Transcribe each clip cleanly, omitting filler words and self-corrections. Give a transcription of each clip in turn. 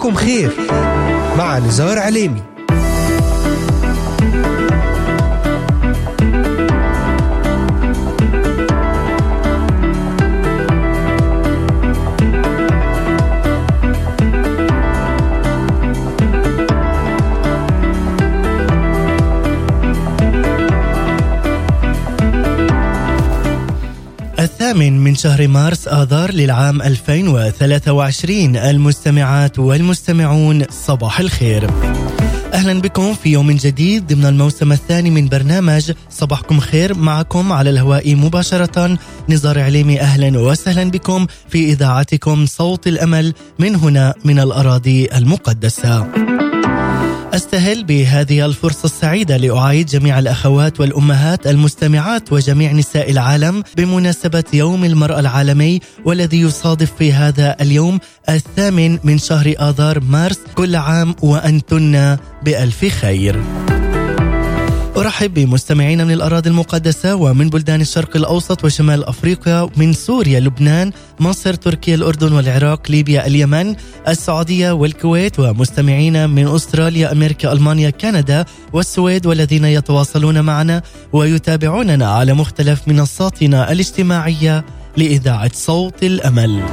صباحكم خير مع نزار عليمي. الثامن من شهر مارس آذار للعام 2023. المستمعات والمستمعون صباح الخير، أهلا بكم في يوم جديد ضمن الموسم الثاني من برنامج صباحكم خير. معكم على الهواء مباشرة نزار عليمي. أهلا وسهلا بكم في إذاعتكم صوت الأمل من هنا من الأراضي المقدسة. أستهل بهذه الفرصة السعيدة لأعايد جميع الأخوات والأمهات المستمعات وجميع نساء العالم بمناسبة يوم المرأة العالمي، والذي يصادف في هذا اليوم الثامن من شهر آذار مارس. كل عام وأنتن بألف خير. أرحب بمستمعين من الأراضي المقدسة ومن بلدان الشرق الأوسط وشمال أفريقيا، من سوريا، لبنان، مصر، تركيا، الأردن والعراق، ليبيا، اليمن، السعودية والكويت، ومستمعين من أستراليا، أمريكا، ألمانيا، كندا والسويد، والذين يتواصلون معنا ويتابعوننا على مختلف منصاتنا الاجتماعية لإذاعة صوت الأمل.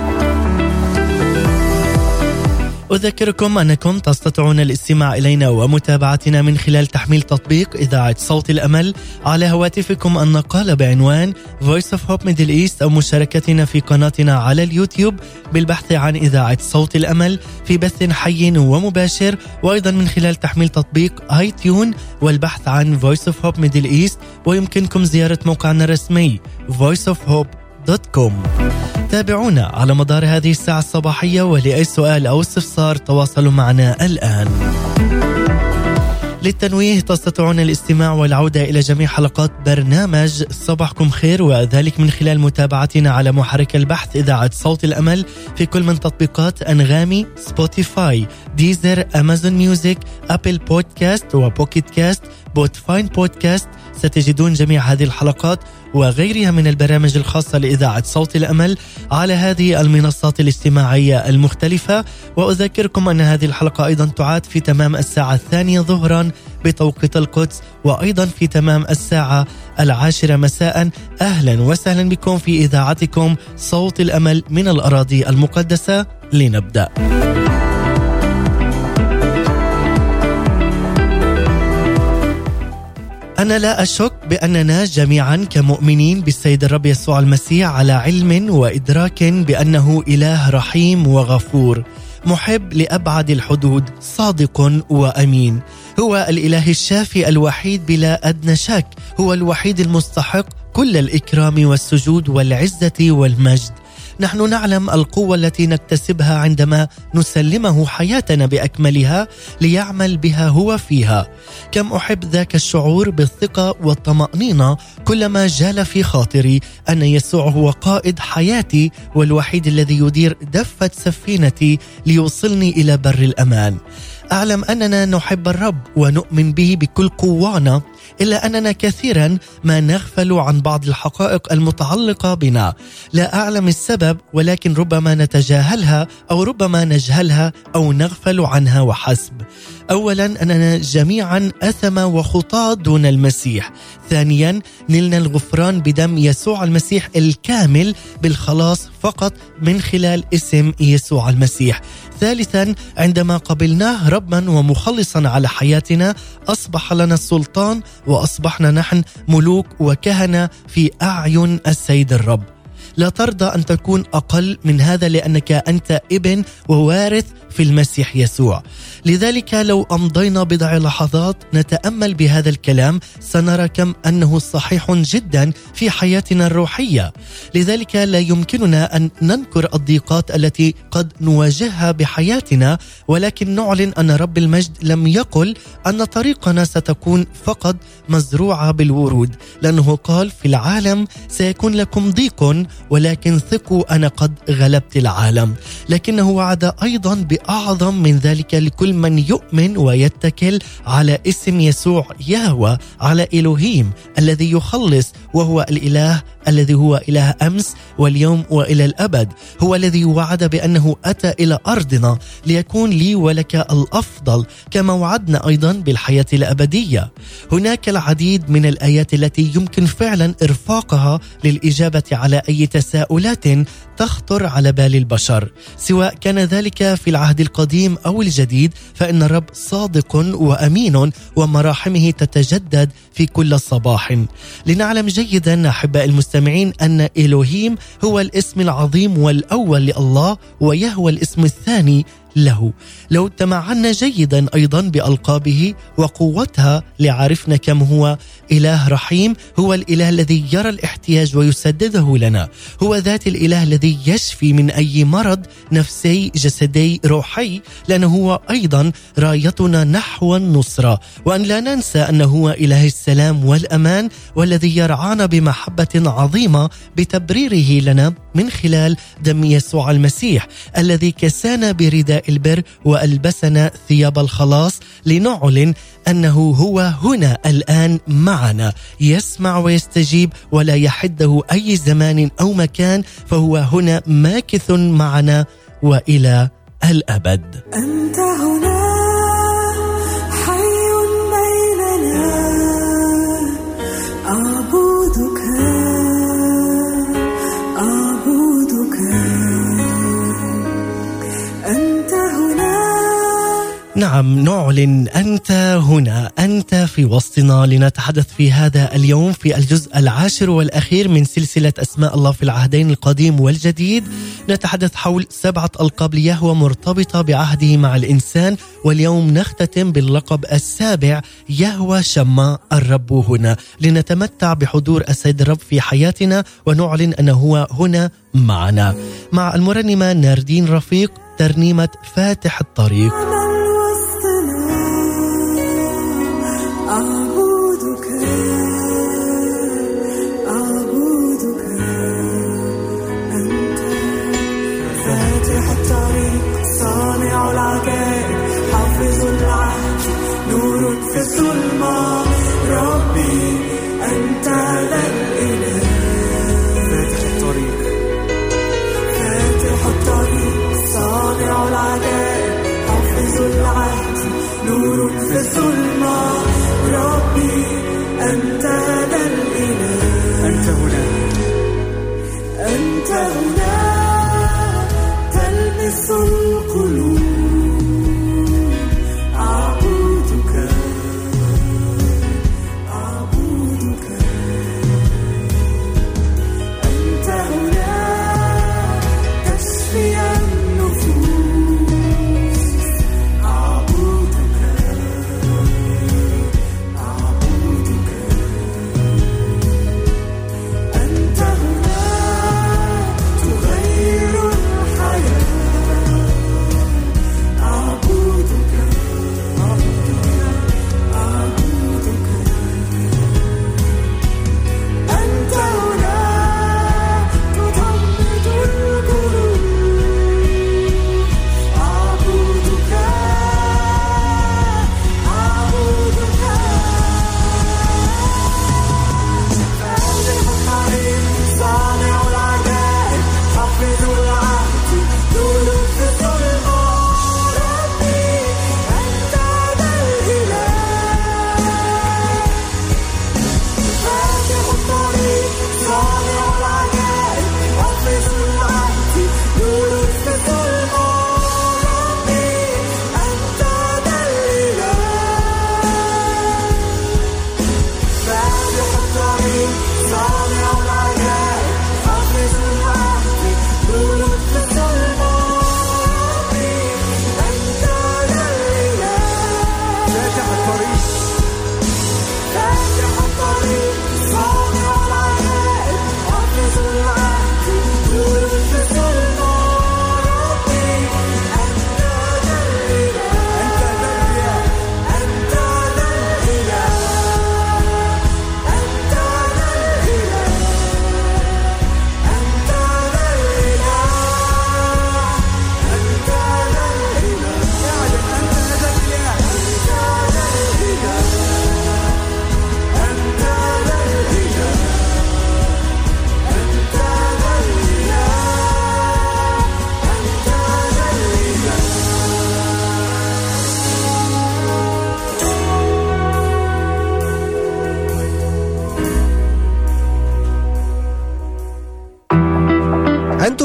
أذكركم أنكم تستطيعون الاستماع إلينا ومتابعتنا من خلال تحميل تطبيق إذاعة صوت الأمل على هواتفكم النقالة بعنوان Voice of Hope Middle East، أو مشاركتنا في قناتنا على اليوتيوب بالبحث عن إذاعة صوت الأمل في بث حي ومباشر، وأيضا من خلال تحميل تطبيق آيتيون والبحث عن Voice of Hope Middle East. ويمكنكم زيارة موقعنا الرسمي voiceofhope.com. تابعونا على مدار هذه الساعة الصباحية، ولأي سؤال أو استفسار تواصلوا معنا الآن. للتنويه تستطيعون الاستماع والعودة إلى جميع حلقات برنامج صباحكم خير، وذلك من خلال متابعتنا على محرك البحث إذاعة صوت الأمل في كل من تطبيقات أنغامي، سبوتيفاي، ديزر، أمازون ميوزك، أبل بودكاست وبوكيت كاست، بوتفاين بودكاست. ستجدون جميع هذه الحلقات وغيرها من البرامج الخاصة لإذاعة صوت الأمل على هذه المنصات الاجتماعية المختلفة. وأذكركم أن هذه الحلقة أيضا تعاد في تمام الساعة 2 ظهرا بتوقيت القدس، وأيضا في تمام الساعة 10 مساء. أهلا وسهلا بكم في إذاعتكم صوت الأمل من الأراضي المقدسة. لنبدأ. أنا لا أشك بأننا جميعا كمؤمنين بالسيد الرب يسوع المسيح على علم وإدراك بأنه إله رحيم وغفور، محب لأبعد الحدود، صادق وأمين. هو الإله الشافي الوحيد بلا أدنى شك، هو الوحيد المستحق كل الإكرام والسجود والعزة والمجد. نحن نعلم القوة التي نكتسبها عندما نسلمه حياتنا بأكملها ليعمل بها هو فيها. كم أحب ذاك الشعور بالثقة والطمأنينة كلما جال في خاطري أن يسوع هو قائد حياتي والوحيد الذي يدير دفة سفينتي ليوصلني إلى بر الأمان. أعلم أننا نحب الرب ونؤمن به بكل قوانا، إلا أننا كثيرا ما نغفل عن بعض الحقائق المتعلقة بنا. لا أعلم السبب، ولكن ربما نتجاهلها أو ربما نجهلها أو نغفل عنها وحسب. أولا، أننا جميعا أثم وخطاة دون المسيح. ثانيا، نلنا الغفران بدم يسوع المسيح الكامل بالخلاص فقط من خلال اسم يسوع المسيح. ثالثا، عندما قبلناه ربا ومخلصا على حياتنا أصبح لنا السلطان، وأصبحنا نحن ملوك وكهنة في أعين السيد الرب. لا ترضى أن تكون أقل من هذا، لأنك أنت ابن ووارث في المسيح يسوع. لذلك لو أمضينا بضع لحظات نتأمل بهذا الكلام سنرى كم أنه صحيح جدا في حياتنا الروحية. لذلك لا يمكننا أن ننكر الضيقات التي قد نواجهها بحياتنا، ولكن نعلن أن رب المجد لم يقل أن طريقنا ستكون فقط مزروعة بالورود، لأنه قال في العالم سيكون لكم ضيق، ولكن ثقوا أنا قد غلبت العالم. لكنه وعد أيضا بأعظم من ذلك لكل من يؤمن ويتكل على اسم يسوع يهوه، على إلهيم الذي يخلص، وهو الإله الذي هو إله أمس واليوم وإلى الأبد، هو الذي وعد بأنه أتى إلى أرضنا ليكون لي ولك الأفضل، كما وعدنا أيضا بالحياة الأبدية. هناك العديد من الآيات التي يمكن فعلا إرفاقها للإجابة على أي تساؤلات تخطر على بال البشر، سواء كان ذلك في العهد القديم أو الجديد، فإن الرب صادق وأمين ومراحمه تتجدد في كل صباح. لنعلم جيدا أحباء المستمعين أن إلهيم هو الاسم العظيم والأول لله، ويهوى الاسم الثاني له. لو تمعنا جيدا أيضا بألقابه وقوتها لعرفنا كم هو إله رحيم، هو الإله الذي يرى الاحتياج ويسدده لنا، هو ذات الإله الذي يشفي من أي مرض نفسي جسدي روحي، لأنه هو أيضا رايتنا نحو النصرة. وأن لا ننسى أنه هو إله السلام والأمان، والذي يرعانا بمحبة عظيمة بتبريره لنا من خلال دم يسوع المسيح، الذي كسانا برداء البر وألبسنا ثياب الخلاص، لنعلن أنه هو هنا الآن معنا، يسمع ويستجيب ولا يحده أي زمان أو مكان، فهو هنا ماكث معنا وإلى الأبد. أنت هنا حي بيننا، أعبدك أنت هنا. نعم، نعلن أنت هنا، أنت في وسطنا، لنتحدث في هذا اليوم في الجزء 10 والأخير من سلسلة أسماء الله في العهدين القديم والجديد. نتحدث حول 7 ألقاب ليهوه مرتبطة بعهده مع الإنسان، واليوم نختتم باللقب السابع يهوه شما، الرب هنا، لنتمتع بحضور السيد الرب في حياتنا ونعلن أنه هو هنا معنا. مع المرنمة ناردين رفيق، ترنيمة فاتح الطريق. صانع العجائب، حافظ العهد، نور في الظلمة، ربي أنت ذا الإله. فاتح الطريق، فاتح الطريق، صانع العجائب، حافظ العهد، نور في الظلمة، ربي أنت ذا الإله. أنت هنا، أنت هنا، تلمس القلوب، أعبدك أعبدك. أنت هنا تشفي النفوس، أعبدك أعبدك. أنت هنا تغير الحياة،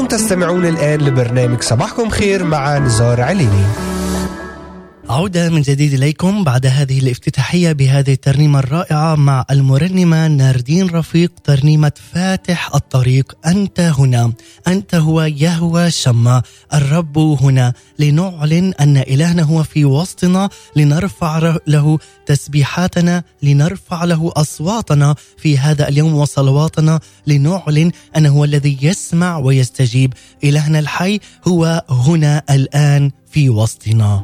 أنتم تستمعون الآن لبرنامج صباحكم خير مع نزار عليني. عودة من جديد إليكم بعد هذه الافتتاحية بهذه الترنيمة الرائعة مع المرنمة ناردين رفيق، ترنيمة فاتح الطريق. أنت هنا، أنت هو يهوى شما، الرب هنا، لنعلن أن إلهنا هو في وسطنا، لنرفع له تسبيحاتنا، لنرفع له أصواتنا في هذا اليوم وصلواتنا، لنعلن أنه هو الذي يسمع ويستجيب. إلهنا الحي هو هنا الآن في وسطنا.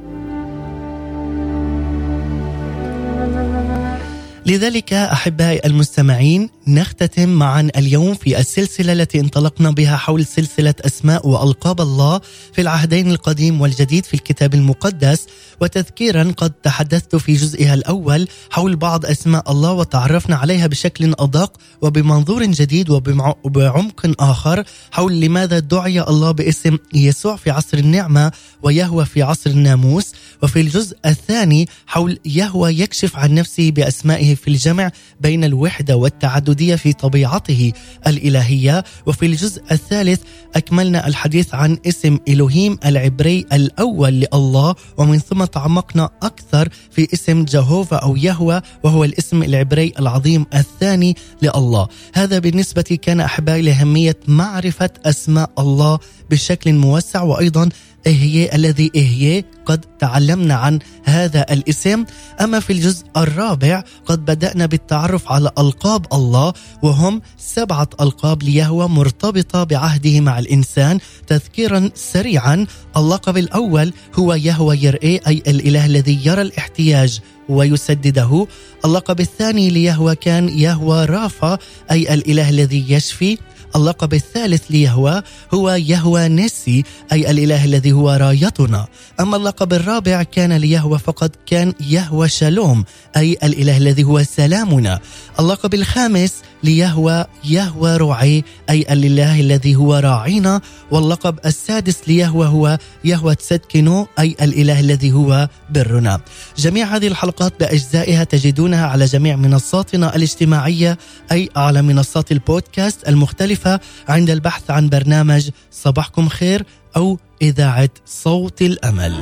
لذلك أحبائي المستمعين نختتم معا اليوم في السلسلة التي انطلقنا بها حول سلسلة أسماء وألقاب الله في العهدين القديم والجديد في الكتاب المقدس. وتذكيرا قد تحدثت في جزئها الأول حول بعض أسماء الله وتعرفنا عليها بشكل أدق وبمنظور جديد وبعمق آخر حول لماذا دعي الله باسم يسوع في عصر النعمة ويهوى في عصر الناموس. وفي الجزء الثاني حول يهوى يكشف عن نفسه بأسمائه في الجمع بين الوحدة والتعددية في طبيعته الإلهية. وفي الجزء الثالث أكملنا الحديث عن اسم إلهيم العبري الأول لله، ومن ثم تعمقنا أكثر في اسم جهوفا أو يهوى وهو الاسم العبري العظيم الثاني لله. هذا بالنسبة كان أحبائي لأهمية معرفة أسماء الله بشكل موسع، وأيضا إهيه الذي إهيه قد تعلمنا عن هذا الاسم. أما في الجزء الرابع قد بدأنا بالتعرف على ألقاب الله، وهم 7 ألقاب ليهوى مرتبطة بعهده مع الإنسان. تذكيرا سريعا، اللقب الأول هو يهوى يرئي، أي الإله الذي يرى الاحتياج ويسدده. اللقب الثاني ليهوى كان يهوى رافا، أي الإله الذي يشفي. اللقب الثالث ليهوى هو يهوى نسي، أي الإله الذي هو رايتنا. أما اللقب الرابع كان ليهوى فقط كان يهوى شالوم، أي الإله الذي هو سلامنا. اللقب الخامس ليهوى يهوى رعي، أي الإله الذي هو راعينا. واللقب السادس ليهوى هو يهوى تسدكنو، أي الإله الذي هو برنا. جميع هذه الحلقات بأجزائها تجدونها على جميع منصاتنا الاجتماعية، أي على منصات البودكاست المختلفة عند البحث عن برنامج صباحكم خير أو إذاعة صوت الأمل.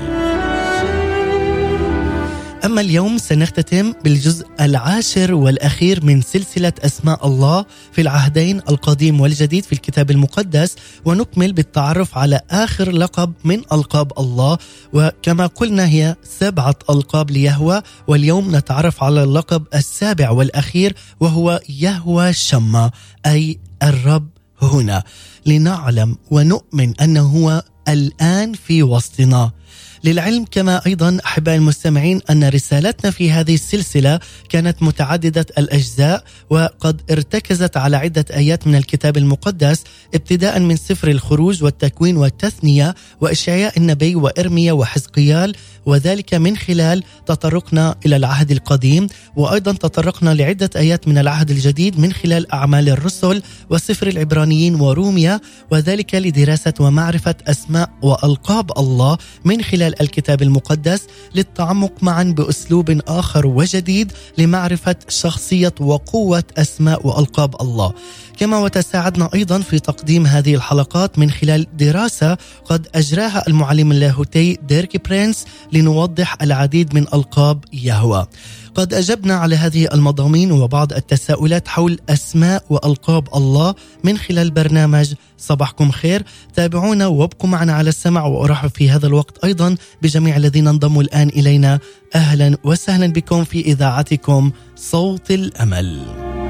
أما اليوم سنختتم بالجزء 10 والأخير من سلسلة أسماء الله في العهدين القديم والجديد في الكتاب المقدس، ونكمل بالتعرف على آخر لقب من ألقاب الله. وكما قلنا هي 7 ألقاب ليهوى، واليوم نتعرف على اللقب السابع والأخير وهو يهوى شما، أي الرب هنا، لنعلم ونؤمن أنه هو الآن في وسطنا. للعلم كما أيضا أحبائي المستمعين أن رسالتنا في هذه السلسلة كانت متعددة الأجزاء، وقد ارتكزت على عدة آيات من الكتاب المقدس، ابتداء من سفر الخروج والتكوين والتثنية وإشعياء النبي وإرميا وحزقيال، وذلك من خلال تطرقنا إلى العهد القديم، وأيضا تطرقنا لعدة آيات من العهد الجديد من خلال أعمال الرسل وسفر العبرانيين وروميا، وذلك لدراسة ومعرفة أسماء وألقاب الله من خلال الكتاب المقدس، للتعمق معا بأسلوب آخر وجديد لمعرفة شخصية وقوة أسماء وألقاب الله. كما وتساعدنا أيضا في تقديم هذه الحلقات من خلال دراسة قد أجراها المعلم اللاهوتي ديرك برينس لنوضح العديد من ألقاب يهوى. قد أجبنا على هذه المضامين وبعض التساؤلات حول أسماء وألقاب الله من خلال برنامج صباحكم خير. تابعونا وابقوا معنا على السمع، وأرحب في هذا الوقت أيضا بجميع الذين انضموا الآن إلينا. أهلا وسهلا بكم في إذاعتكم صوت الأمل.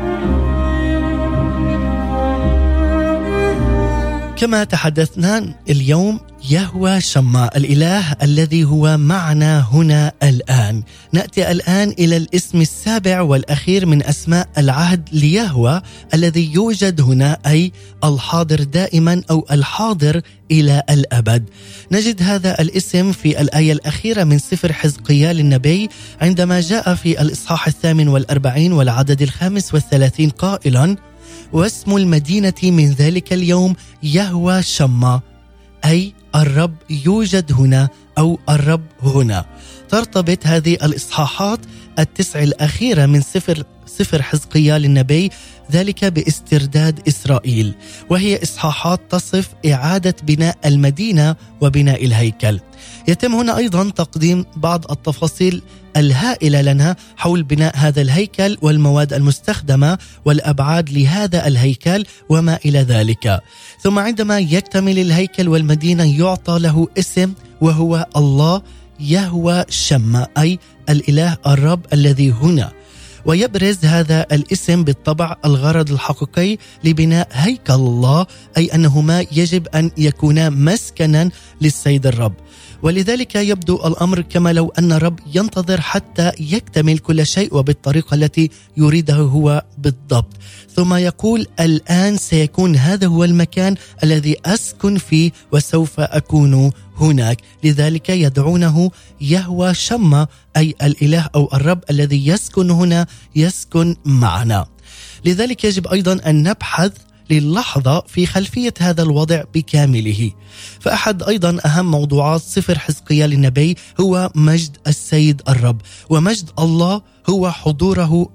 كما تحدثنا اليوم يهوى شما، الإله الذي هو معنا هنا الآن. نأتي الآن إلى الاسم السابع والأخير من أسماء العهد ليهوى الذي يوجد هنا، أي الحاضر دائما أو الحاضر إلى الأبد. نجد هذا الاسم في الآية الأخيرة من سفر حزقيال النبي عندما جاء في الإصحاح 48 والعدد 35 قائلا: واسم المدينة من ذلك اليوم يهوى شما، أي الرب يوجد هنا أو الرب هنا. ترتبط هذه الإصحاحات 9 الأخيرة من سفر حزقيال النبي ذلك باسترداد إسرائيل، وهي إصحاحات تصف إعادة بناء المدينة وبناء الهيكل. يتم هنا أيضا تقديم بعض التفاصيل الهائلة لنا حول بناء هذا الهيكل والمواد المستخدمة والأبعاد لهذا الهيكل وما إلى ذلك. ثم عندما يكتمل الهيكل والمدينة يعطى له اسم، وهو الله يهوى شمّا، أي الإله الرب الذي هنا. ويبرز هذا الاسم بالطبع الغرض الحقيقي لبناء هيكل الله، أي أنهما يجب أن يكونا مسكنا للسيد الرب. ولذلك يبدو الأمر كما لو أن الرب ينتظر حتى يكتمل كل شيء وبالطريقة التي يريده هو بالضبط، ثم يقول الآن سيكون هذا هو المكان الذي أسكن فيه وسوف أكون هناك. لذلك يدعونه يهوى شمّا، أي الإله أو الرب الذي يسكن هنا، يسكن معنا. لذلك يجب أيضا أن نبحث للحظة في خلفية هذا الوضع بكامله. فأحد أيضا أهم موضوعات سفر حزقيال النبي هو مجد السيد الرب، ومجد الله هو حضوره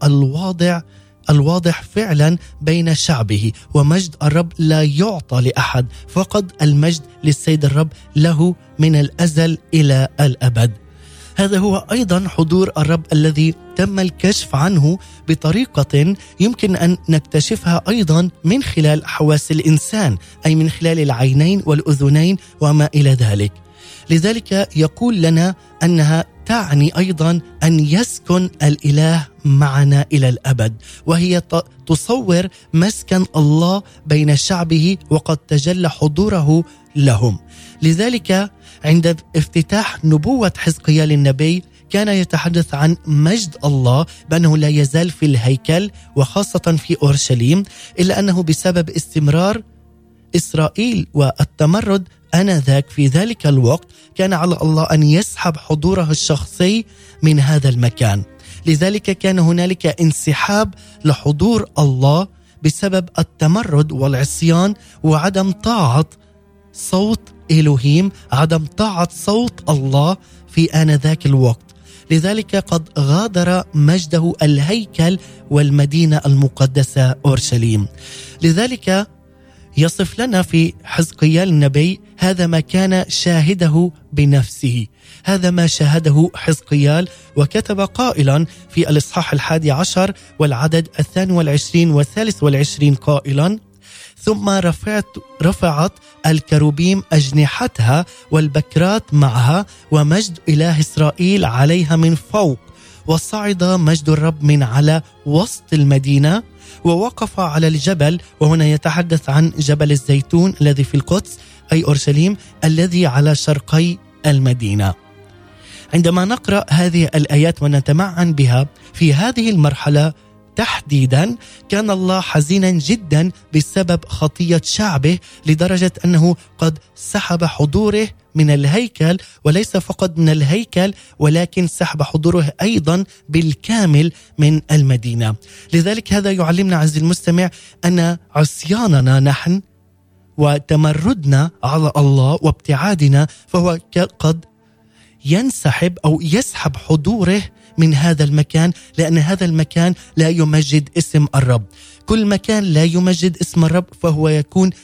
الواضح فعلا بين شعبه. ومجد الرب لا يعطى لأحد، فقد المجد للسيد الرب له من الأزل إلى الأبد. هذا هو أيضا حضور الرب الذي تم الكشف عنه بطريقة يمكن أن نكتشفها أيضا من خلال حواس الإنسان، أي من خلال العينين والأذنين وما إلى ذلك. لذلك يقول لنا أنها تعني أيضا أن يسكن الإله معنا إلى الأبد، وهي تصور مسكن الله بين شعبه وقد تجلى حضوره لهم. لذلك عند افتتاح نبوة حزقيال النبي كان يتحدث عن مجد الله بأنه لا يزال في الهيكل وخاصة في أورشليم، إلا أنه بسبب استمرار إسرائيل والتمرد آنذاك في ذلك الوقت كان على الله أن يسحب حضوره الشخصي من هذا المكان. لذلك كان هنالك انسحاب لحضور الله بسبب التمرد والعصيان وعدم طاعة صوت إلهيم، عدم طاعة صوت الله في آنذاك الوقت. لذلك قد غادر مجده الهيكل والمدينة المقدسة أورشليم. لذلك يصف لنا في حزقيال النبي هذا ما كان شاهده بنفسه، هذا ما شاهده حزقيال، وكتب قائلا في الإصحاح 11 والعدد 22 و23 قائلا: ثم رفعت الكروبيم أجنحتها والبكرات معها، ومجد إله إسرائيل عليها من فوق، وصعد مجد الرب من على وسط المدينة ووقف على الجبل. وهنا يتحدث عن جبل الزيتون الذي في القدس أي أورشليم الذي على شرقي المدينة. عندما نقرأ هذه الآيات ونتمعن بها في هذه المرحلة تحديدا، كان الله حزينا جدا بسبب خطية شعبه، لدرجة أنه قد سحب حضوره من الهيكل، وليس فقط من الهيكل ولكن سحب حضوره أيضا بالكامل من المدينة. لذلك هذا يعلمنا عزيزي المستمع أن عصياننا نحن وتمردنا على الله وابتعادنا فهو قد ينسحب أو يسحب حضوره من هذا المكان، لأن هذا المكان لا يمجد اسم الرب. كل مكان لا يمجد اسم الرب فهو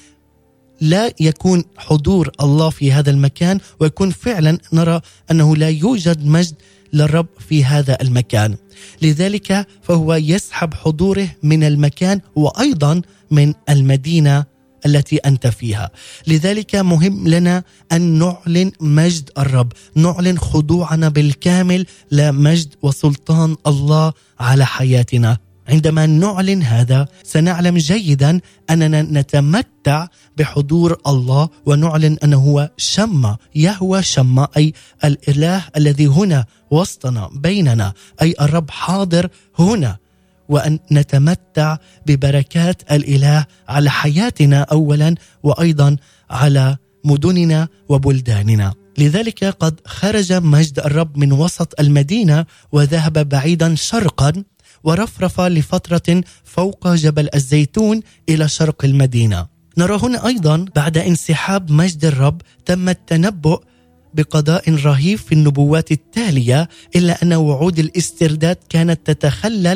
لا يكون حضور الله في هذا المكان، ويكون فعلا نرى أنه لا يوجد مجد للرب في هذا المكان. لذلك فهو يسحب حضوره من المكان وأيضا من المدينة التي أنت فيها. لذلك مهم لنا أن نعلن مجد الرب، نعلن خضوعنا بالكامل لمجد وسلطان الله على حياتنا. عندما نعلن هذا سنعلم جيدا أننا نتمتع بحضور الله، ونعلن أنه هو شمّا، يهوى شمّا، أي الإله الذي هنا وسطنا بيننا، أي الرب حاضر هنا، وأن نتمتع ببركات الإله على حياتنا أولا وأيضا على مدننا وبلداننا. لذلك قد خرج مجد الرب من وسط المدينة وذهب بعيدا شرقا، ورفرف لفترة فوق جبل الزيتون إلى شرق المدينة. نرى هنا أيضا بعد انسحاب مجد الرب تم التنبؤ بقضاء رهيب في النبوات التالية، إلا أن وعود الاسترداد كانت تتخلل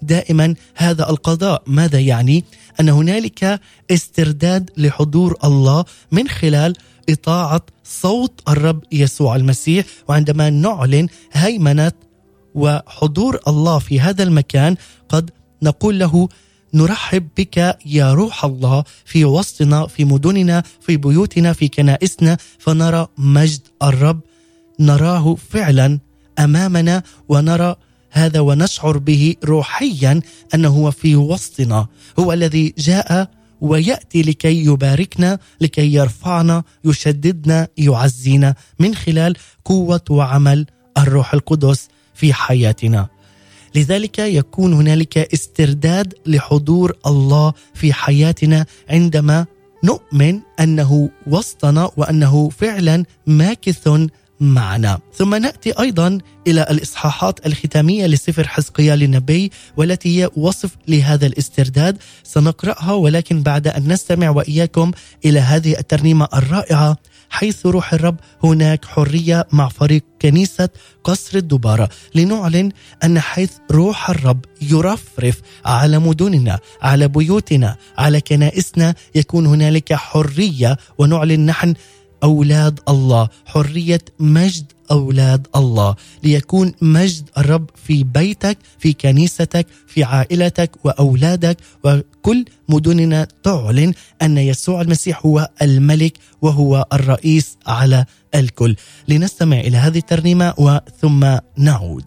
دائما هذا القضاء. ماذا يعني؟ أن هنالك استرداد لحضور الله من خلال إطاعة صوت الرب يسوع المسيح. وعندما نعلن هيمنة وحضور الله في هذا المكان قد نقول له نرحب بك يا روح الله في وسطنا، في مدننا، في بيوتنا، في كنائسنا، فنرى مجد الرب، نراه فعلا أمامنا ونرى هذا ونشعر به روحيا أنه هو في وسطنا، هو الذي جاء ويأتي لكي يباركنا، لكي يرفعنا، يشددنا، يعزينا من خلال قوة وعمل الروح القدس في حياتنا. لذلك يكون هنالك استرداد لحضور الله في حياتنا عندما نؤمن أنه وسطنا وأنه فعلا ماكث معنا. ثم نأتي أيضا إلى الإصحاحات الختامية لسفر حزقيال النبي والتي هي وصف لهذا الاسترداد. سنقرأها ولكن بعد أن نستمع وإياكم إلى هذه الترنيمة الرائعة حيث روح الرب هناك حرية مع فريق كنيسة قصر الدبارة، لنعلن أن حيث روح الرب يرفرف على مدننا، على بيوتنا، على كنائسنا، يكون هنالك حرية، ونعلن نحن أولاد الله، حرية مجد أولاد الله، ليكون مجد الرب في بيتك، في كنيستك، في عائلتك وأولادك، وكل مدننا تعلن أن يسوع المسيح هو الملك وهو الرئيس على الكل. لنستمع إلى هذه الترنيمة وثم نعود.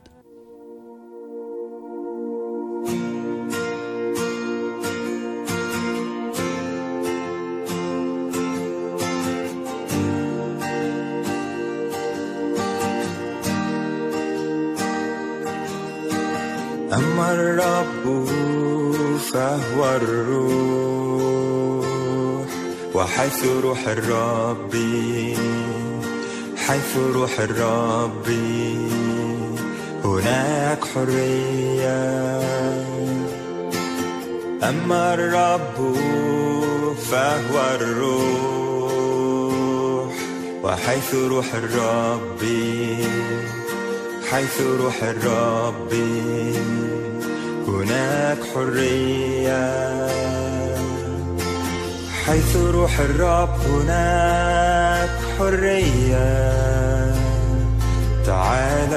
أما الرب فهو الروح، وحيث روح الرب، حيث روح الرب هناك حرية. أما الرب فهو الروح، وحيث روح الرب، حيث روح الرب هناك حرية. حيث روح الرب هناك حرية. تعال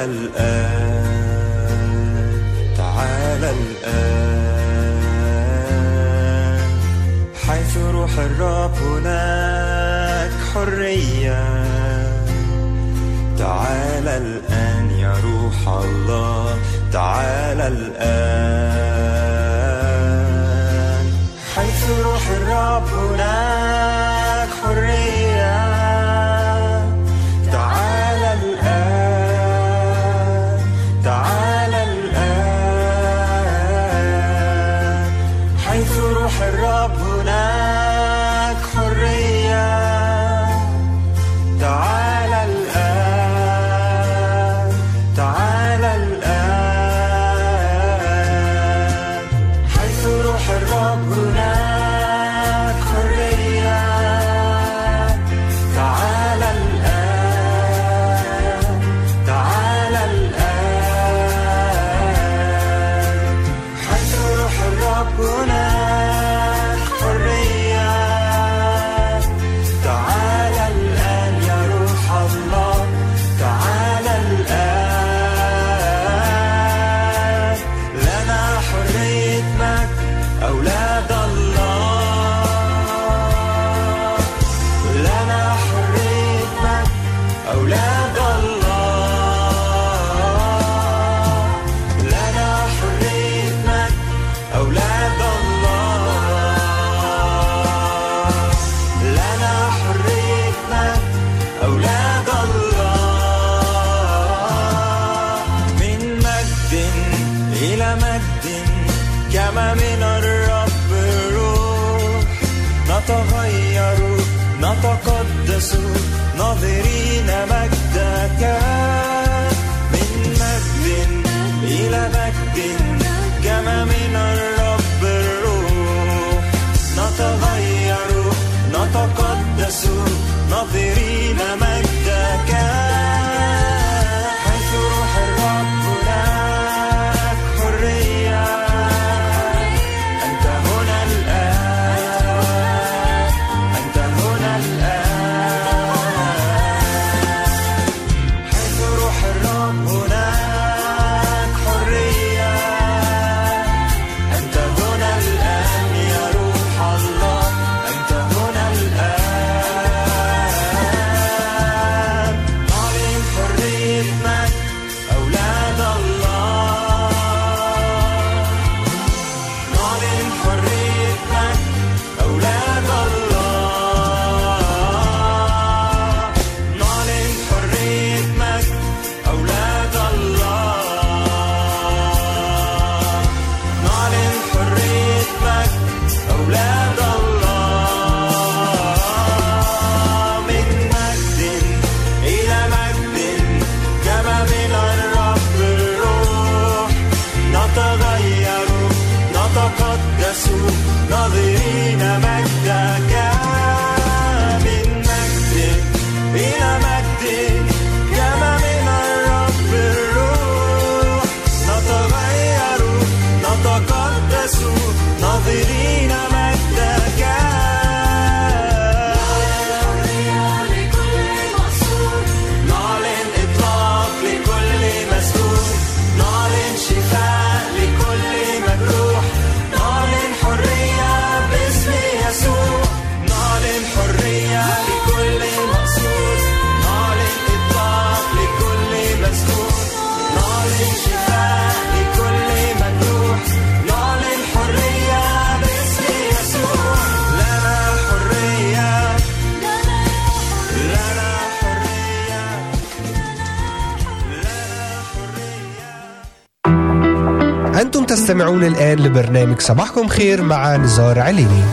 الآن، تعال الآن. حيث روح الرب هناك حرية. تعال الآن يا روح الله، تعال الآن. حيث روح الرب هناك حرية. تعال الآن، تعال الآن. حيث روح الرب هناك حرية. تعال الآن، تعال الآن. حيث روح الرب هناك حرية. تعال الآن، تعال الآن. حيث روح الرب هناك حرية. تعال الآن يا روح الله، تعال الآن. لنا حرية مجد أولاد الله، لنا حرية مجد أولاد الله، لنا حرية مجد أولاد الله، لنا حرية مجد أولاد الله. من مجد إلى مجد كما من الرب الروح، نتغير نتقدس ناظرين مجدك. من مجد إلى مجد كما من الرب الروح، نتغير نتقدس ناظرين مجدك. حيث روح الرب هناك حرية. تستمعون الآن لبرنامج صباحكم خير مع نزار عليني.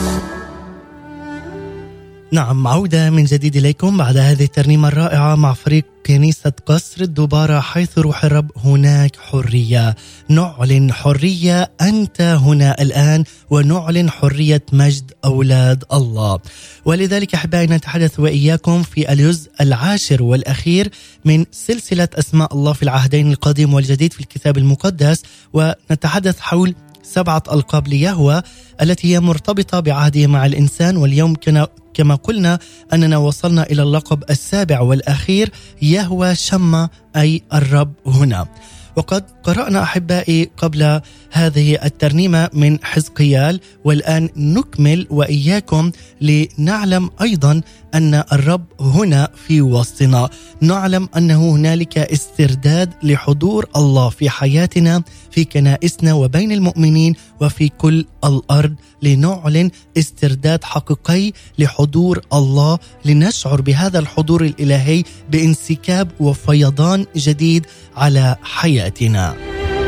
نعم، عودة من جديد إليكم بعد هذه الترنيمة الرائعة مع فريق كنيسة قصر الدبارة. حيث روح الرب هناك حرية. نعلن حرية أنت هنا الآن، ونعلن حرية مجد أولاد الله. ولذلك أحبائي نتحدث وإياكم في الجزء 10 والأخير من سلسلة أسماء الله في العهدين القديم والجديد في الكتاب المقدس، ونتحدث حول 7 ألقاب ليهوه التي هي مرتبطة بعهده مع الإنسان. واليوم كما قلنا أننا وصلنا إلى اللقب 7 والأخير، يهوه شمّا، أي الرب هنا. وقد قرأنا أحبائي قبل هذه الترنيمة من حزقيال، والآن نكمل وإياكم لنعلم أيضا أن الرب هنا في وسطنا. نعلم أنه هنالك استرداد لحضور الله في حياتنا، في كنائسنا وبين المؤمنين وفي كل الأرض، لنعلن استرداد حقيقي لحضور الله، لنشعر بهذا الحضور الإلهي بانسكاب وفيضان جديد على حياتنا.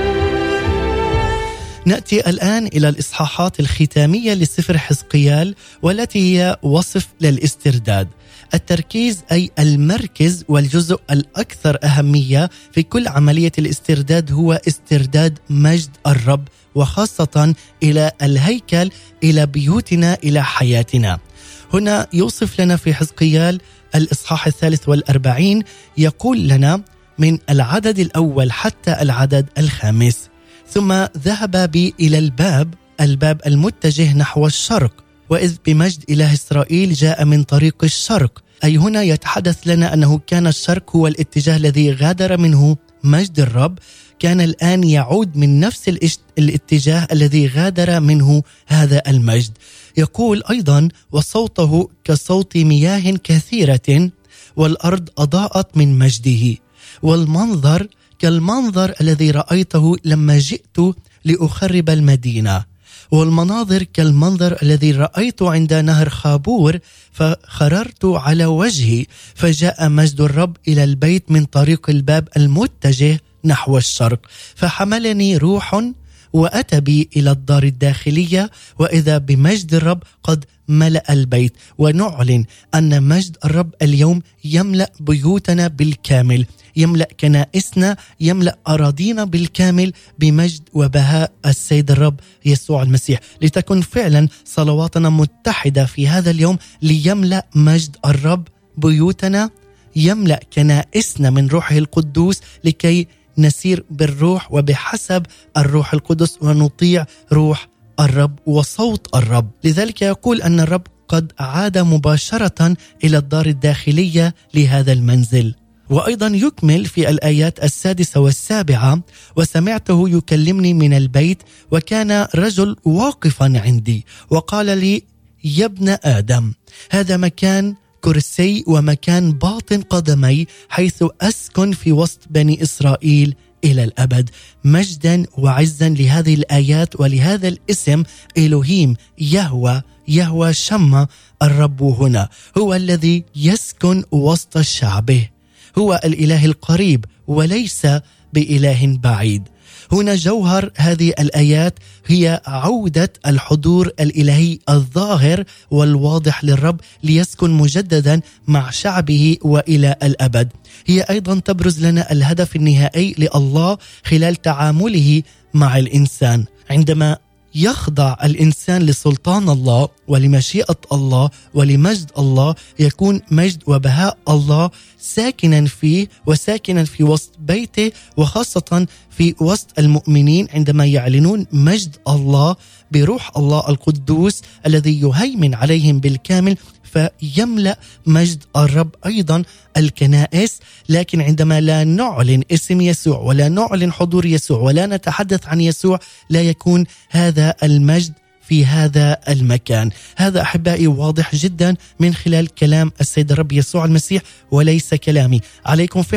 نأتي الآن إلى الإصحاحات الختامية لسفر حزقيال، والتي هي وصف للاسترداد. التركيز أي المركز والجزء الأكثر أهمية في كل عملية الاسترداد هو استرداد مجد الرب، وخاصة إلى الهيكل، إلى بيوتنا، إلى حياتنا. هنا يوصف لنا في حزقيال الإصحاح 43 يقول لنا من العدد الأول حتى العدد 5: ثم ذهب بي إلى الباب المتجه نحو الشرق، وإذ بمجد إله إسرائيل جاء من طريق الشرق. أي هنا يتحدث لنا أنه كان الشرق هو الاتجاه الذي غادر منه مجد الرب، كان الآن يعود من نفس الاتجاه الذي غادر منه هذا المجد. يقول أيضا: وصوته كصوت مياه كثيرة، والأرض أضاءت من مجده، والمنظر كالمنظر الذي رأيته لما جئت لأخرب المدينة، والمناظر كالمنظر الذي رأيت عند نهر خابور، فخررت على وجهي، فجاء مجد الرب إلى البيت من طريق الباب المتجه نحو الشرق، فحملني روح وأتى بي إلى الدار الداخلية، وإذا بمجد الرب قد ملأ البيت. ونعلن أن مجد الرب اليوم يملأ بيوتنا بالكامل، يملأ كنائسنا، يملأ أراضينا بالكامل بمجد وبهاء السيد الرب يسوع المسيح. لتكن فعلا صلواتنا متحدة في هذا اليوم ليملأ مجد الرب بيوتنا، يملأ كنائسنا من روحه القدوس، لكي نسير بالروح وبحسب الروح القدس ونطيع روح الرب وصوت الرب. لذلك يقول أن الرب قد عاد مباشرة إلى الدار الداخلية لهذا المنزل. وأيضا يكمل في الآيات 6 و7: وسمعته يكلمني من البيت، وكان رجل واقفا عندي وقال لي: يا ابن آدم، هذا مكان كرسي ومكان باطن قدمي، حيث أسكن في وسط بني إسرائيل إلى الأبد. مجدا وعزا لهذه الآيات ولهذا الاسم إلهيم، يهوه شمّا. الرب هنا هو الذي يسكن وسط شعبه، هو الإله القريب وليس بإله بعيد. هنا جوهر هذه الآيات هي عودة الحضور الإلهي الظاهر والواضح للرب ليسكن مجددا مع شعبه وإلى الأبد. هي أيضا تبرز لنا الهدف النهائي لله خلال تعامله مع الإنسان. عندما يخضع الإنسان لسلطان الله ولمشيئة الله ولمجد الله، يكون مجد وبهاء الله ساكنا فيه وساكنا في وسط بيته، وخاصة في وسط المؤمنين عندما يعلنون مجد الله بروح الله القدوس الذي يهيمن عليهم بالكامل، فيملأ مجد الرب أيضا الكنائس. لكن عندما لا نعلن اسم يسوع ولا نعلن حضور يسوع ولا نتحدث عن يسوع، لا يكون هذا المجد في هذا المكان. هذا أحبائي واضح جدا من خلال كلام السيد الرب يسوع المسيح وليس كلامي. عليكم فعلا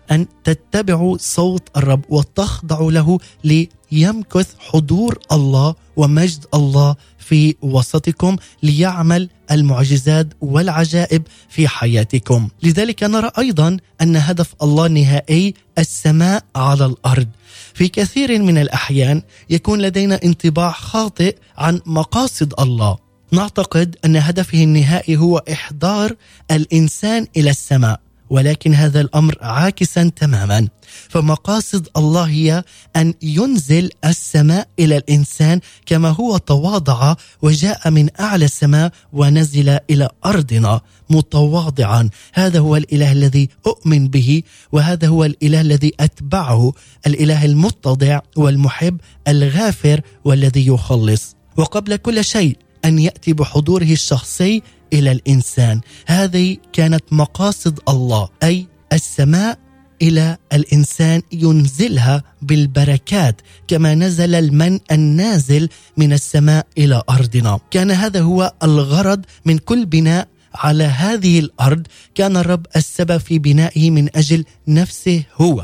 أن تتبعوا صوت الرب وتخضعوا له ليمكث حضور الله ومجد الله في وسطكم ليعمل المعجزات والعجائب في حياتكم. لذلك نرى أيضا أن هدف الله النهائي السماء على الأرض. في كثير من الأحيان يكون لدينا انطباع خاطئ عن مقاصد الله، نعتقد أن هدفه النهائي هو إحضار الإنسان إلى السماء، ولكن هذا الأمر عاكسا تماما. فمقاصد الله هي أن ينزل السماء إلى الإنسان كما هو تواضع وجاء من أعلى السماء ونزل إلى أرضنا متواضعا. هذا هو الإله الذي أؤمن به، وهذا هو الإله الذي أتبعه، الإله المتضع والمحب الغافر والذي يخلص. وقبل كل شيء أن يأتي بحضوره الشخصي إلى الإنسان. هذه كانت مقاصد الله، أي السماء إلى الإنسان ينزلها بالبركات كما نزل المن النازل من السماء إلى أرضنا. كان هذا هو الغرض من كل بناء على هذه الأرض. كان الرب السبب في بنائه من أجل نفسه،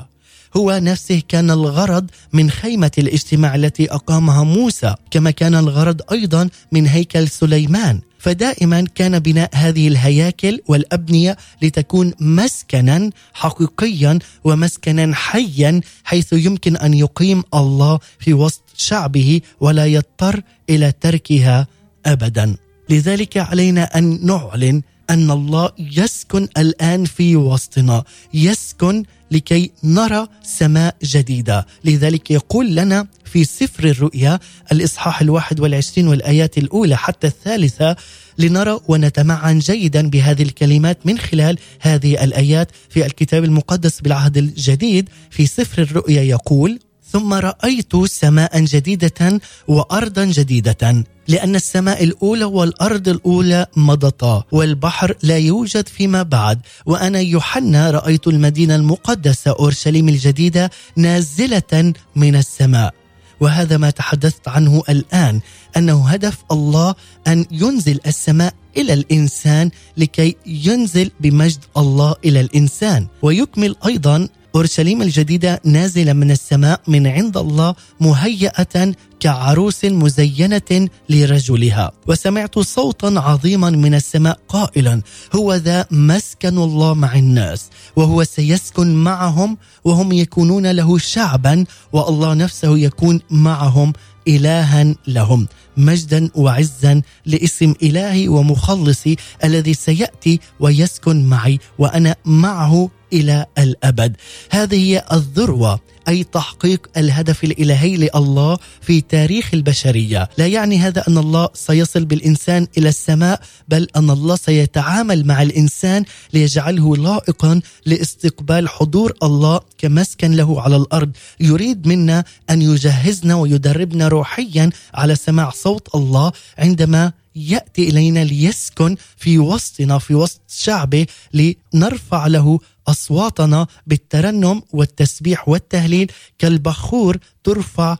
هو نفسه كان الغرض من خيمة الاجتماع التي أقامها موسى، كما كان الغرض أيضا من هيكل سليمان. فدائما كان بناء هذه الهياكل والأبنية لتكون مسكنا حقيقيا ومسكنا حيا، حيث يمكن أن يقيم الله في وسط شعبه ولا يضطر إلى تركها أبدا. لذلك علينا أن نعلن أن الله يسكن الآن في وسطنا، يسكن لكي نرى سماء جديدة. لذلك يقول لنا في سفر الرؤيا الإصحاح 21 والآيات الأولى حتى الثالثة، لنرى ونتمعن جيدا بهذه الكلمات من خلال هذه الآيات في الكتاب المقدس بالعهد الجديد. في سفر الرؤيا يقول: ثم رأيت سماء جديدة وأرضا جديدة، لأن السماء الأولى والأرض الأولى مضتا والبحر لا يوجد فيما بعد. وأنا يوحنا رأيت المدينة المقدسة أورشليم الجديدة نازلة من السماء. وهذا ما تحدثت عنه الآن، أنه هدف الله أن ينزل السماء إلى الإنسان لكي ينزل بمجد الله إلى الإنسان. ويكمل أيضا أورشليم الجديدة نازلة من السماء من عند الله مهيئة كعروس مزينة لرجلها. وسمعت صوتا عظيما من السماء قائلا: هو ذا مسكن الله مع الناس، وهو سيسكن معهم وهم يكونون له شعبا، والله نفسه يكون معهم إلها لهم. مجدا وعزا لاسم إلهي ومخلصي الذي سيأتي ويسكن معي وأنا معه إلى الأبد. هذه هي الذروة، أي تحقيق الهدف الإلهي لله في تاريخ البشرية. لا يعني هذا أن الله سيصل بالإنسان إلى السماء، بل أن الله سيتعامل مع الإنسان ليجعله لائقا لاستقبال حضور الله كمسكن له على الأرض. يريد منا أن يجهزنا ويدربنا روحيا على سماع صوت الله عندما يأتي إلينا ليسكن في وسطنا، في وسط شعبه، لنرفع له أصواتنا بالترنم والتسبيح والتهليل كالبخور ترفع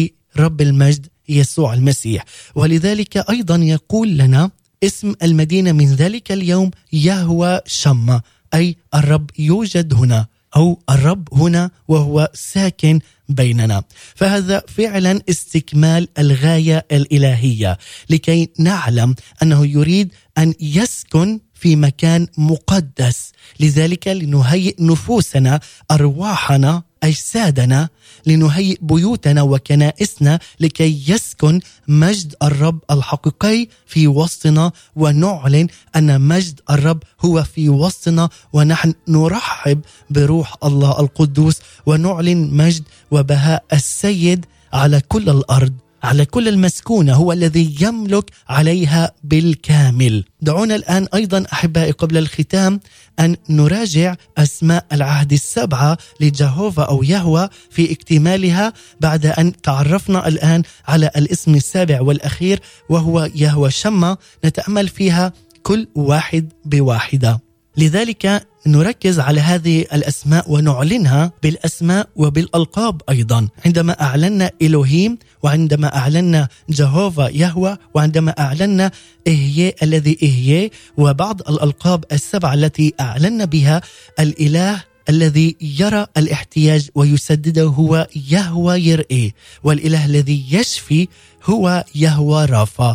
لرب المجد يسوع المسيح. ولذلك أيضا يقول لنا اسم المدينة من ذلك اليوم يهوى شمة، أي الرب يوجد هنا، أو الرب هنا وهو ساكن بيننا. فهذا فعلا استكمال الغاية الإلهية، لكي نعلم أنه يريد أن يسكن في مكان مقدس. لذلك لنهيئ نفوسنا، أرواحنا، أجسادنا، لنهيئ بيوتنا وكنائسنا لكي يسكن مجد الرب الحقيقي في وسطنا، ونعلن أن مجد الرب هو في وسطنا، ونحن نرحب بروح الله القدوس ونعلن مجد وبهاء السيد على كل الأرض، على كل المسكونة، هو الذي يملك عليها بالكامل. دعونا الآن أيضا أحبائي قبل الختام أن نراجع أسماء العهد السبعة لجهوفا أو يهوى في اكتمالها، بعد أن تعرفنا الآن على الاسم السابع والأخير وهو يهوى شمة. نتأمل فيها كل واحد بواحدة. لذلك نركز على هذه الأسماء ونعلنها بالأسماء وبالألقاب أيضا. عندما أعلنا إلهيم، وعندما أعلنا جهوفا يهوى، وعندما أعلنا إهيه الذي إهيه، وبعض الألقاب السبعة التي أعلنا بها الإله الذي يرى الاحتياج ويسدده هو يهوى يرئي، والإله الذي يشفي هو يهوى رافا،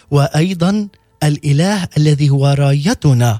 وأيضا الإله الذي هو رايتنا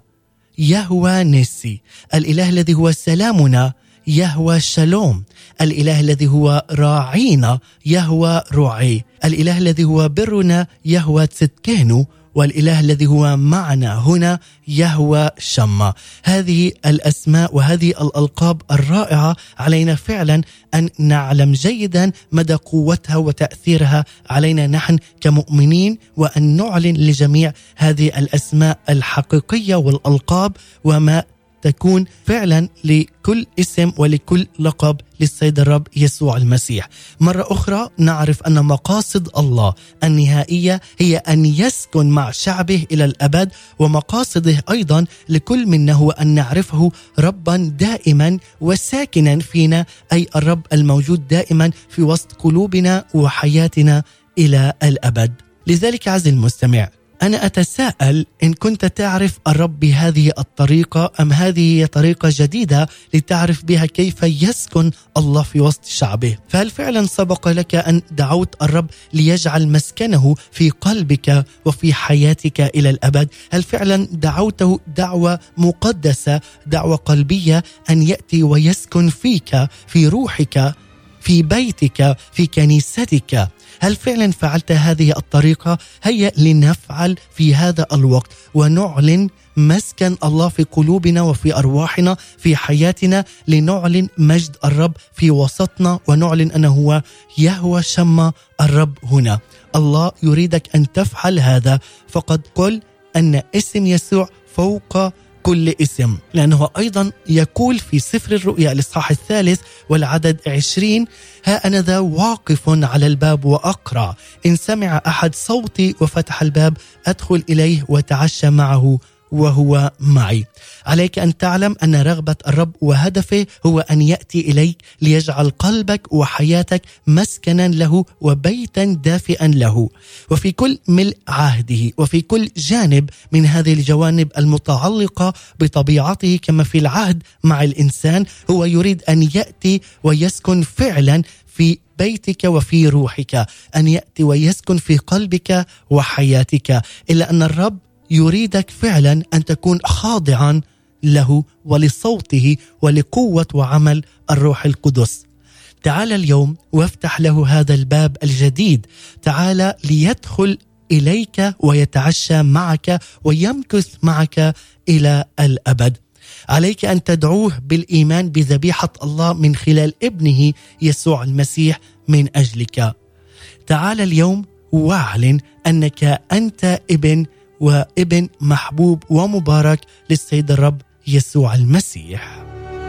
يهوى نسي، الإله الذي هو سلامنا يهوى شالوم، الإله الذي هو راعينا يهوى رعي، الإله الذي هو برنا يهوى تسكينو، والإله الذي هو معنا هنا يهوى شما. هذه الأسماء وهذه الألقاب الرائعة علينا فعلا أن نعلم جيدا مدى قوتها وتأثيرها علينا نحن كمؤمنين، وأن نعلن لجميع هذه الأسماء الحقيقية والألقاب، وما تكون فعلا لكل اسم ولكل لقب للسيد الرب يسوع المسيح. مرة أخرى نعرف أن مقاصد الله النهائية هي أن يسكن مع شعبه إلى الأبد، ومقاصده أيضا لكل منا هو أن نعرفه ربا دائما وساكنا فينا، أي الرب الموجود دائما في وسط قلوبنا وحياتنا إلى الأبد. لذلك عزيزي المستمع، أنا أتساءل إن كنت تعرف الرب بهذه الطريقة، أم هذه هي طريقة جديدة لتعرف بها كيف يسكن الله في وسط شعبه؟ فهل فعلا سبق لك أن دعوت الرب ليجعل مسكنه في قلبك وفي حياتك إلى الأبد؟ هل فعلا دعوته دعوة مقدسة، دعوة قلبية، أن يأتي ويسكن فيك، في روحك، في بيتك، في كنيستك؟ هل فعلا فعلت هذه الطريقة؟ هيا لنفعل في هذا الوقت ونعلن مسكن الله في قلوبنا وفي أرواحنا في حياتنا، لنعلن مجد الرب في وسطنا، ونعلن أنه هو يهوى شما الرب هنا. الله يريدك أن تفعل هذا، فقد قل أن اسم يسوع فوق كل اسم، لأنه أيضا يقول في سفر الرؤيا الإصحاح 3 والعدد 20: ها أنا ذا واقف على الباب وأقرع، إن سمع أحد صوتي وفتح الباب أدخل إليه وتعشى معه وهو معي. عليك أن تعلم أن رغبة الرب وهدفه هو أن يأتي إليك ليجعل قلبك وحياتك مسكنا له وبيتا دافئا له، وفي كل ملء عهده وفي كل جانب من هذه الجوانب المتعلقة بطبيعته كما في العهد مع الإنسان، هو يريد أن يأتي ويسكن فعلا في بيتك وفي روحك، أن يأتي ويسكن في قلبك وحياتك، إلا أن الرب يريدك فعلا أن تكون خاضعا له ولصوته ولقوة وعمل الروح القدس. تعال اليوم وافتح له هذا الباب الجديد، تعال ليدخل إليك ويتعشى معك ويمكث معك إلى الأبد. عليك أن تدعوه بالإيمان بذبيحة الله من خلال ابنه يسوع المسيح من أجلك. تعال اليوم واعلن أنك أنت ابن، وابن محبوب ومبارك للسيد الرب يسوع المسيح.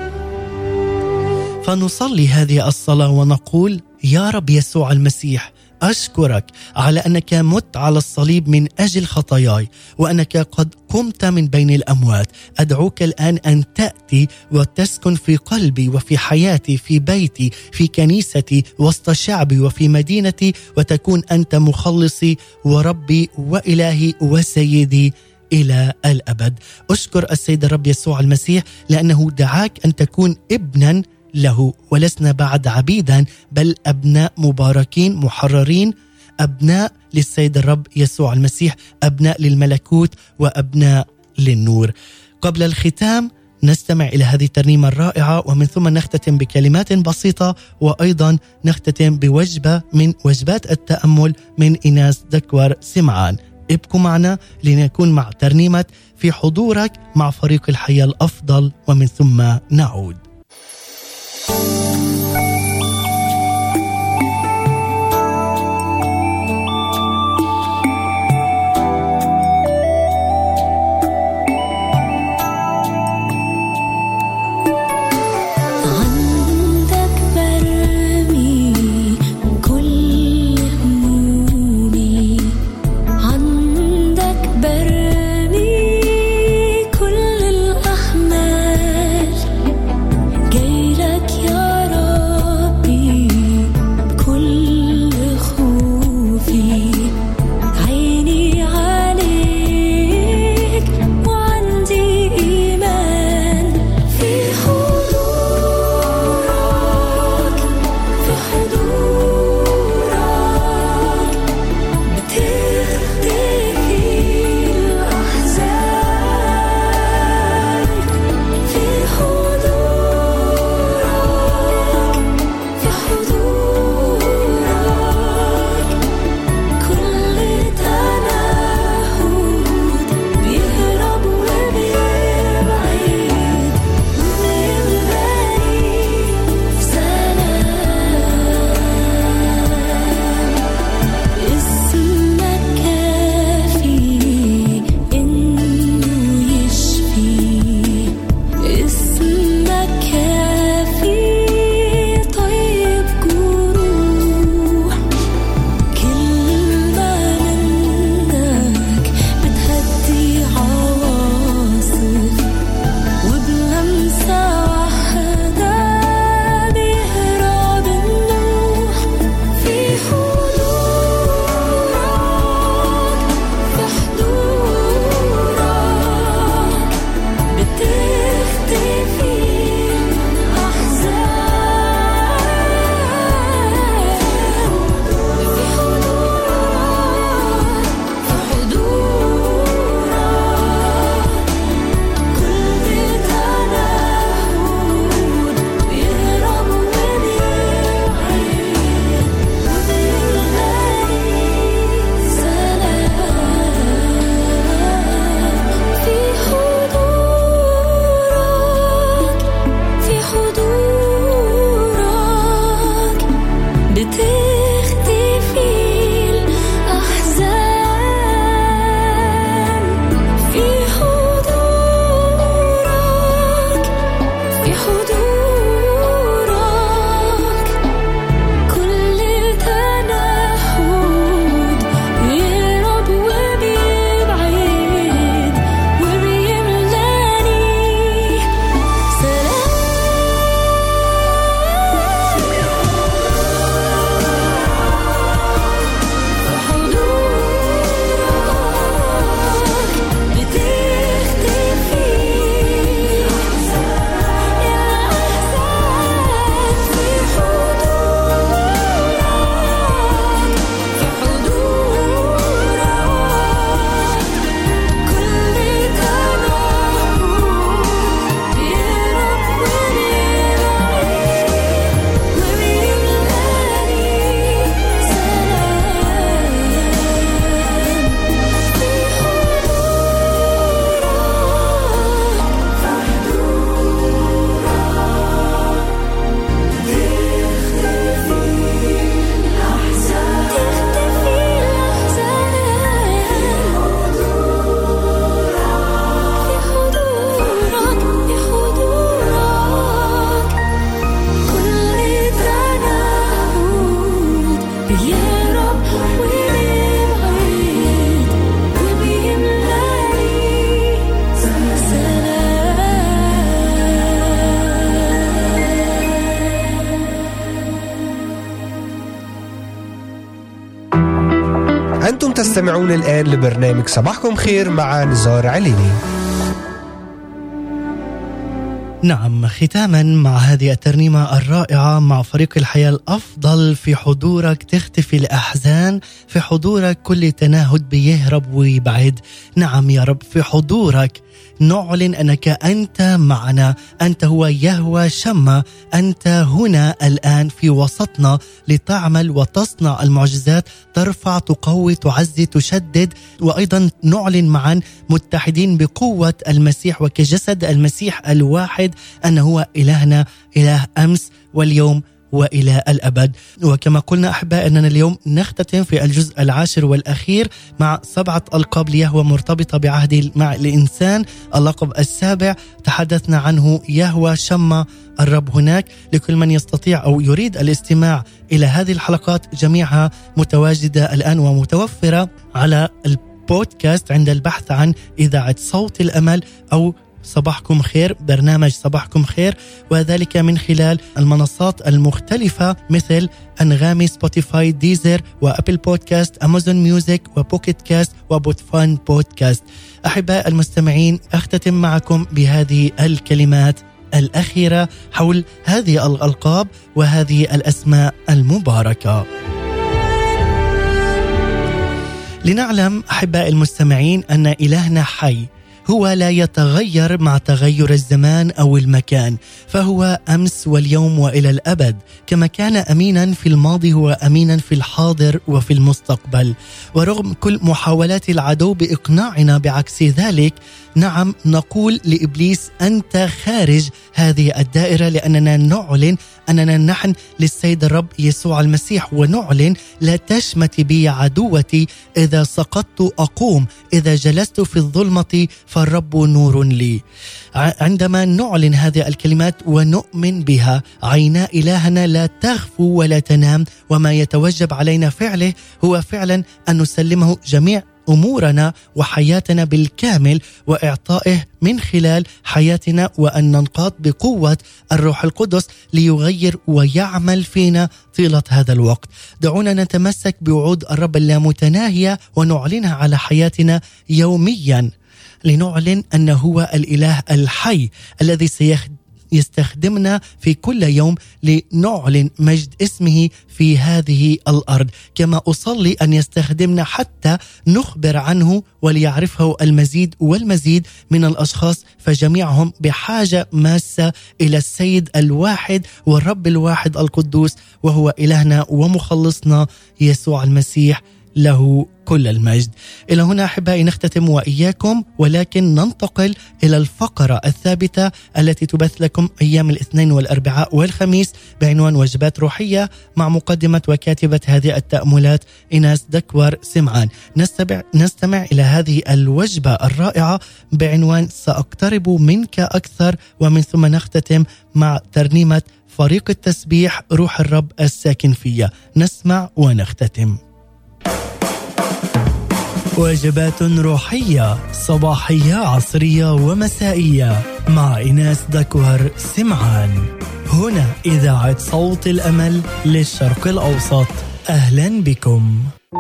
فنصلي هذه الصلاة ونقول: يا رب يسوع المسيح، أشكرك على أنك مت على الصليب من أجل خطاياي، وأنك قد قمت من بين الأموات. أدعوك الآن أن تأتي وتسكن في قلبي وفي حياتي، في بيتي، في كنيستي، وسط شعبي وفي مدينتي، وتكون أنت مخلصي وربي وإلهي وسيدي إلى الأبد. أشكر السيد الرب يسوع المسيح لأنه دعاك أن تكون ابنا له، ولسنا بعد عبيدا بل أبناء مباركين محررين، أبناء للسيد الرب يسوع المسيح، أبناء للملكوت وأبناء للنور. قبل الختام نستمع إلى هذه الترنيمة الرائعة، ومن ثم نختتم بكلمات بسيطة، وأيضا نختتم بوجبة من وجبات التأمل من إيناس دكوار سمعان. ابقوا معنا لنكون مع ترنيمة في حضورك مع فريق الحياة الأفضل، ومن ثم نعود. تستمعون الآن لبرنامج صباحكم خير مع نزار عليني. نعم، ختاما مع هذه الترنيمة الرائعة مع فريق الحياة الأفضل. في حضورك تختفي الأحزان، في حضورك كل تناهد بيهرب ويبعد. نعم يا رب، في حضورك نعلن أنك أنت معنا، أنت هو يهوى شمة، أنت هنا الآن في وسطنا لتعمل وتصنع المعجزات، ترفع، تقوي، تعزي، تشدد. وأيضا نعلن معا متحدين بقوة المسيح وكجسد المسيح الواحد أنه هو إلهنا، إله أمس واليوم وإلى الأبد. وكما قلنا أحباء أننا اليوم نختتم في الجزء العاشر والأخير مع 7 ألقاب ليهوى مرتبطة بعهد مع الإنسان. اللقب السابع تحدثنا عنه يهوى شمة، الرب هناك. لكل من يستطيع أو يريد الاستماع إلى هذه الحلقات جميعها متواجدة الآن ومتوفرة على البودكاست عند البحث عن إذاعة صوت الأمل أو صباحكم خير، برنامج صباحكم خير، وذلك من خلال المنصات المختلفة مثل أنغامي، سبوتيفاي، ديزر، وأبل بودكاست، أمازون ميوزك، وبوكيت كاست، وبوتفان بودكاست. أحباء المستمعين، أختتم معكم بهذه الكلمات الأخيرة حول هذه الألقاب وهذه الأسماء المباركة. لنعلم أحباء المستمعين أن إلهنا حي، هو لا يتغير مع تغير الزمان أو المكان، فهو أمس واليوم وإلى الأبد. كما كان أمينا في الماضي هو أمينا في الحاضر وفي المستقبل. ورغم كل محاولات العدو بإقناعنا بعكس ذلك، نعم نقول لإبليس أنت خارج هذه الدائرة، لأننا نعلن أننا نحن للسيد الرب يسوع المسيح، ونعلن لا تشمت بي عدوتي، إذا سقطت أقوم، إذا جلست في الظلمة فالرب نور لي. عندما نعلن هذه الكلمات ونؤمن بها، عينا إلهنا لا تغفو ولا تنام، وما يتوجب علينا فعله هو فعلا أن نسلمه جميع أمورنا وحياتنا بالكامل، وإعطائه من خلال حياتنا، وأن ننقاد بقوة الروح القدس ليغير ويعمل فينا طيلة هذا الوقت. دعونا نتمسك بوعود الرب اللامتناهية ونعلنها على حياتنا يوميا، لنعلن أنه هو الإله الحي الذي يستخدمنا في كل يوم لنعلن مجد اسمه في هذه الأرض. كما أصلي أن يستخدمنا حتى نخبر عنه وليعرفه المزيد والمزيد من الأشخاص، فجميعهم بحاجة ماسة إلى السيد الواحد والرب الواحد القدوس، وهو إلهنا ومخلصنا يسوع المسيح، له كل المجد. إلى هنا أحبائي نختتم وإياكم، ولكن ننتقل إلى الفقرة الثابتة التي تبث لكم أيام الاثنين والأربعاء والخميس بعنوان وجبات روحية، مع مقدمة وكاتبة هذه التأملات إيناس دكور سمعان. نستمع إلى هذه الوجبة الرائعة بعنوان سأقترب منك أكثر، ومن ثم نختتم مع ترنيمة فريق التسبيح روح الرب الساكن فيا. نسمع ونختتم. وجبات روحية صباحية عصرية ومسائية مع إيناس دكور سمعان، هنا إذاعة صوت الأمل للشرق الأوسط. أهلا بكم.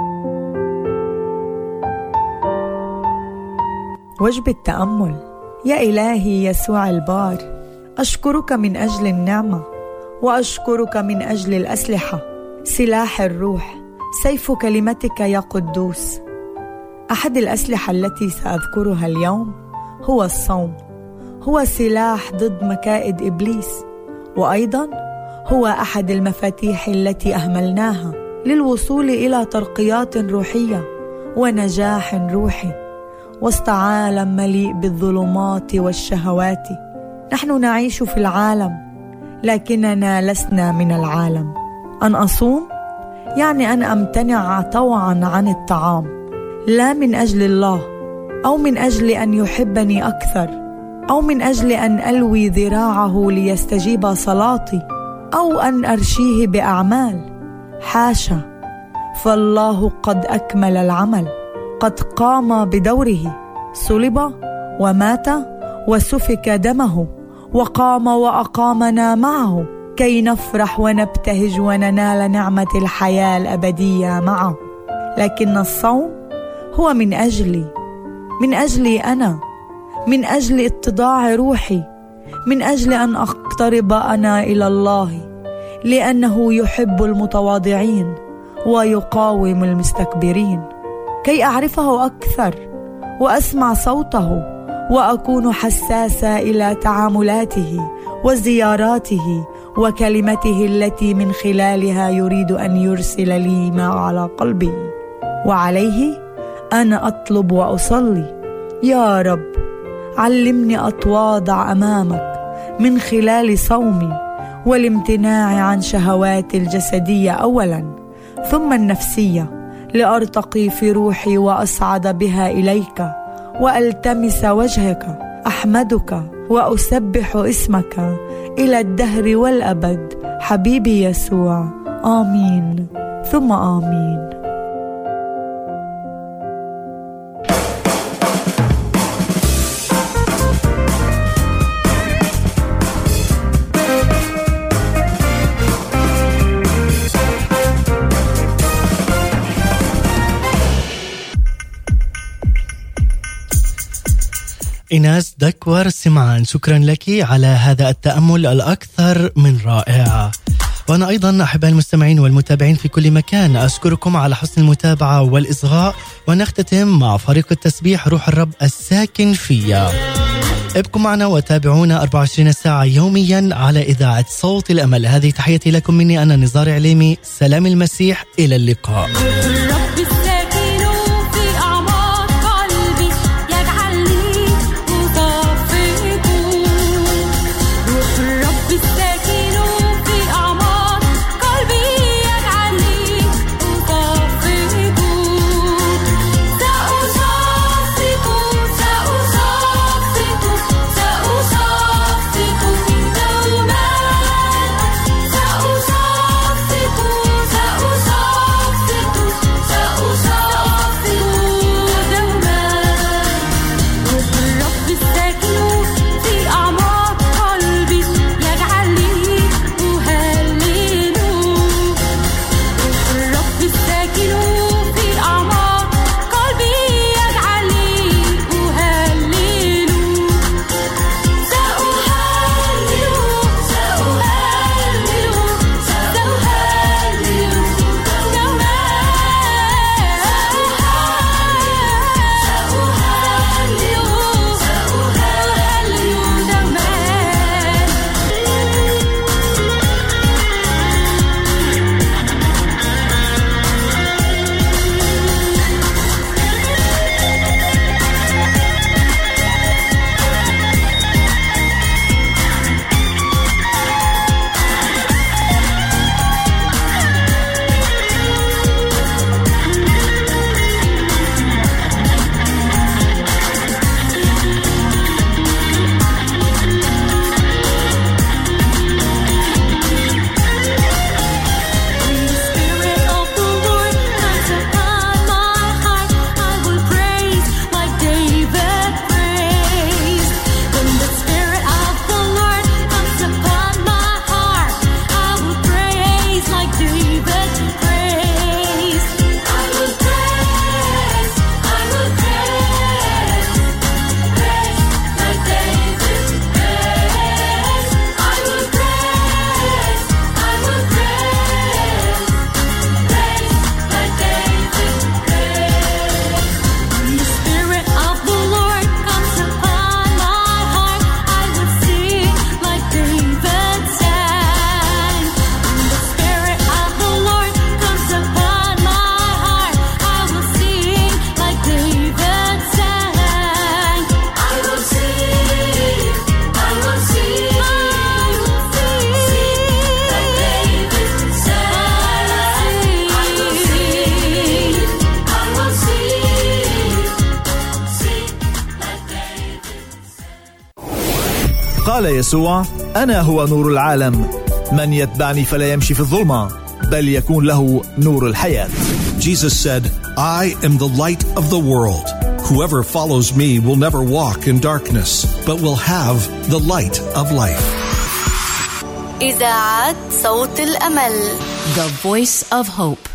وجبة تأمل. يا إلهي يسوع البار، أشكرك من أجل النعمة، وأشكرك من أجل الأسلحة، سلاح الروح، سيف كلمتك يا قدوس. أحد الأسلحة التي سأذكرها اليوم هو الصوم. هو سلاح ضد مكائد إبليس، وأيضا هو أحد المفاتيح التي أهملناها للوصول إلى ترقيات روحية ونجاح روحي وسط عالم مليء بالظلمات والشهوات. نحن نعيش في العالم لكننا لسنا من العالم. أن أصوم يعني أن أمتنع طوعا عن الطعام، لا من أجل الله أو من أجل أن يحبني أكثر أو من أجل أن ألوي ذراعه ليستجيب صلاتي أو أن أرشيه بأعمال. حاشا، فالله قد أكمل العمل، قد قام بدوره، صلب ومات وسفك دمه وقام وأقامنا معه كي نفرح ونبتهج وننال نعمة الحياة الأبدية معه. لكن الصوم هو من أجلي أنا، من أجل اتضاع روحي، من أجل أن أقترب أنا إلى الله، لأنه يحب المتواضعين ويقاوم المستكبرين، كي أعرفه أكثر وأسمع صوته وأكون حساسة إلى تعاملاته وزياراته وكلمته التي من خلالها يريد أن يرسل لي ما على قلبي. وعليه أنا أطلب وأصلي: يا رب علمني أتواضع أمامك من خلال صومي والامتناع عن شهوات الجسدية أولا ثم النفسية، لأرتقي في روحي وأصعد بها إليك وألتمس وجهك، أحمدك وأسبح اسمك إلى الدهر والأبد. حبيبي يسوع، آمين ثم آمين. إيناس دكور سمعان، شكرا لك على هذا التأمل الأكثر من رائع. وأنا أيضا أحب المستمعين والمتابعين في كل مكان أشكركم على حسن المتابعة والإصغاء، ونختتم مع فريق التسبيح روح الرب الساكن فيا. ابقوا معنا وتابعونا 24 ساعة يوميا على إذاعة صوت الأمل. هذه تحياتي لكم مني أنا نزار عليمي، سلام المسيح، إلى اللقاء. قال يسوع: أنا هو نور العالم، من يتبعني فلا يمشي في الظلمة بل يكون له نور الحياة. Jesus said, I am the light of the world. Whoever follows me will never walk in darkness, but will have the light of life. إذاعة صوت الأمل. The Voice of Hope.